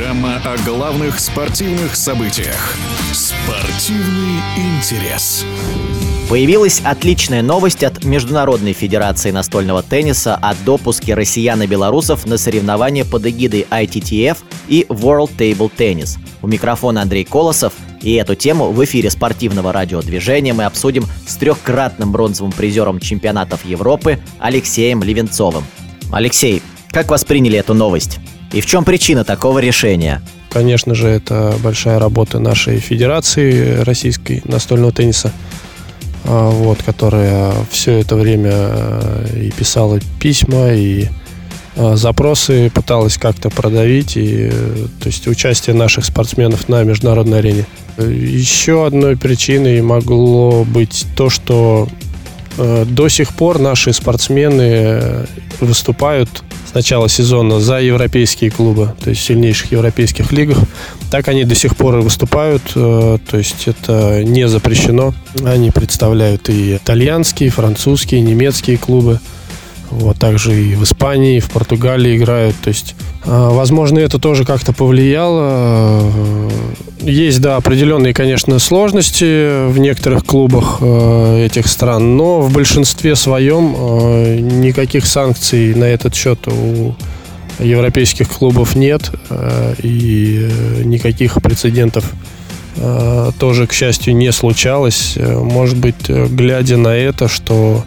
Программа о главных спортивных событиях. Спортивный интерес. Появилась отличная новость от Международной федерации настольного тенниса о допуске россиян и белорусов на соревнования под эгидой ITTF и World Table Tennis. У микрофона Андрей Колосов, и эту тему в эфире спортивного радиодвижения мы обсудим с трехкратным бронзовым призером чемпионатов Европы Алексеем Левенцовым. Алексей, как восприняли эту новость? И в чем причина такого решения? Конечно же, это большая работа нашей Федерации российской настольного тенниса, которая все это время и писала письма, и запросы пыталась как-то продавить, то есть участие наших спортсменов на международной арене. Еще одной причиной могло быть то, что до сих пор наши спортсмены выступают с начала сезона за европейские клубы, то есть в сильнейших европейских лигах. Так они до сих пор и выступают, то есть это не запрещено. Они представляют и итальянские, и французские, и немецкие клубы. Также и в Испании, и в Португалии играют. То есть, возможно, это тоже как-то повлияло. Есть, определенные, конечно, сложности в некоторых клубах этих стран, но в большинстве своем никаких санкций на этот счет у европейских клубов нет, и никаких прецедентов тоже, к счастью, не случалось. Может быть, глядя на это, что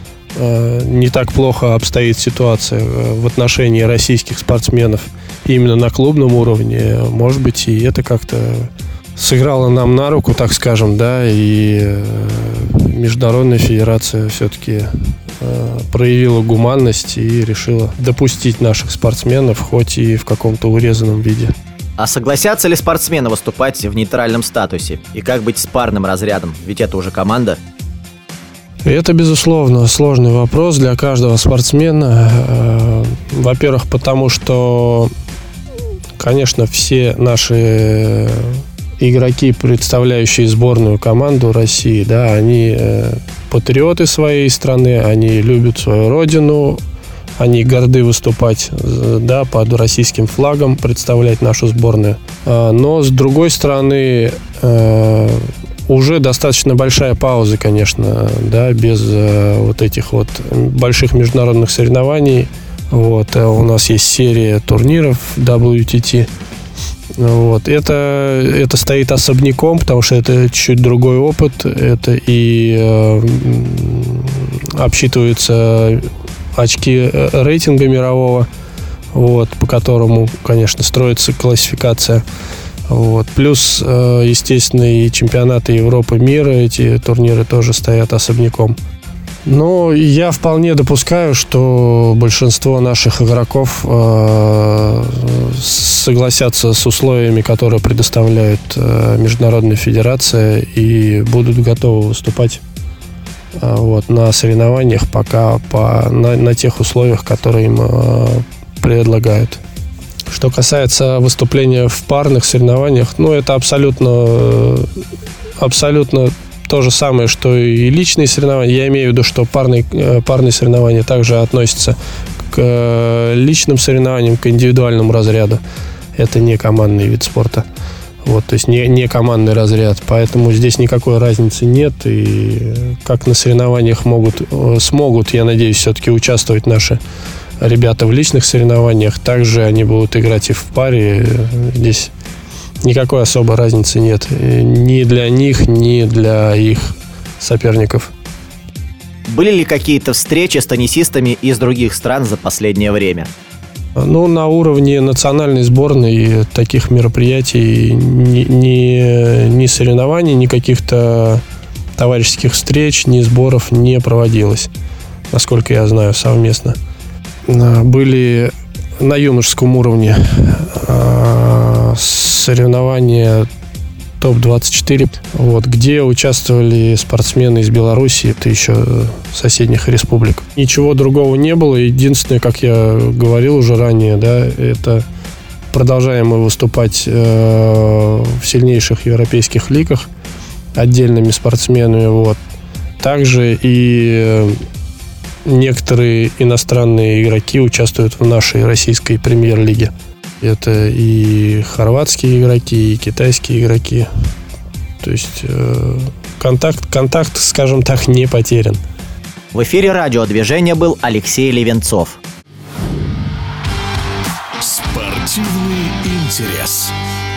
не так плохо обстоит ситуация в отношении российских спортсменов именно на клубном уровне, может быть, и это как-то сыграло нам на руку, так скажем, и Международная федерация все-таки проявила гуманность и решила допустить наших спортсменов, хоть и в каком-то урезанном виде. А согласятся ли спортсмены выступать в нейтральном статусе? И как быть с парным разрядом? Ведь это уже команда. Это, безусловно, сложный вопрос для каждого спортсмена. Во-первых, потому что, конечно, все наши игроки, представляющие сборную команду России, они патриоты своей страны, они любят свою родину, они горды выступать под российским флагом, представлять нашу сборную. Но, с другой стороны, уже достаточно большая пауза, конечно, без этих больших международных соревнований. У нас есть серия турниров WTT. Это стоит особняком, потому что это чуть другой опыт. Это и обсчитываются очки рейтинга мирового, по которому, конечно, строится классификация. Плюс, естественно, и чемпионаты Европы, мира, эти турниры тоже стоят особняком. Но я вполне допускаю, что большинство наших игроков согласятся с условиями, которые предоставляет Международная федерация, и будут готовы выступать на соревнованиях пока на тех условиях, которые им предлагают. Что касается выступления в парных соревнованиях, это абсолютно то же самое, что и личные соревнования. Я имею в виду, что парные соревнования также относятся к личным соревнованиям, к индивидуальному разряду. Это не командный вид спорта. То есть не командный разряд. Поэтому здесь никакой разницы нет. И как на соревнованиях смогут, я надеюсь, все-таки участвовать наши ребята в личных соревнованиях, также они будут играть и в паре. Здесь никакой особой разницы нет ни для них, ни для их соперников. Были ли какие-то встречи с теннисистами из других стран за последнее время? На уровне национальной сборной таких мероприятий, ни соревнований, ни каких-то товарищеских встреч, ни сборов не проводилось, насколько я знаю, совместно. Были на юношеском уровне соревнования ТОП-24, где участвовали спортсмены из Беларуси, это еще соседних республик. Ничего другого не было. Единственное, как я говорил уже ранее, это продолжаем мы выступать в сильнейших европейских лигах отдельными спортсменами. Также и некоторые иностранные игроки участвуют в нашей российской премьер-лиге. Это и хорватские игроки, и китайские игроки. То есть контакт, скажем так, не потерян. В эфире радиодвижения был Алексей Левенцов. Спортивный интерес.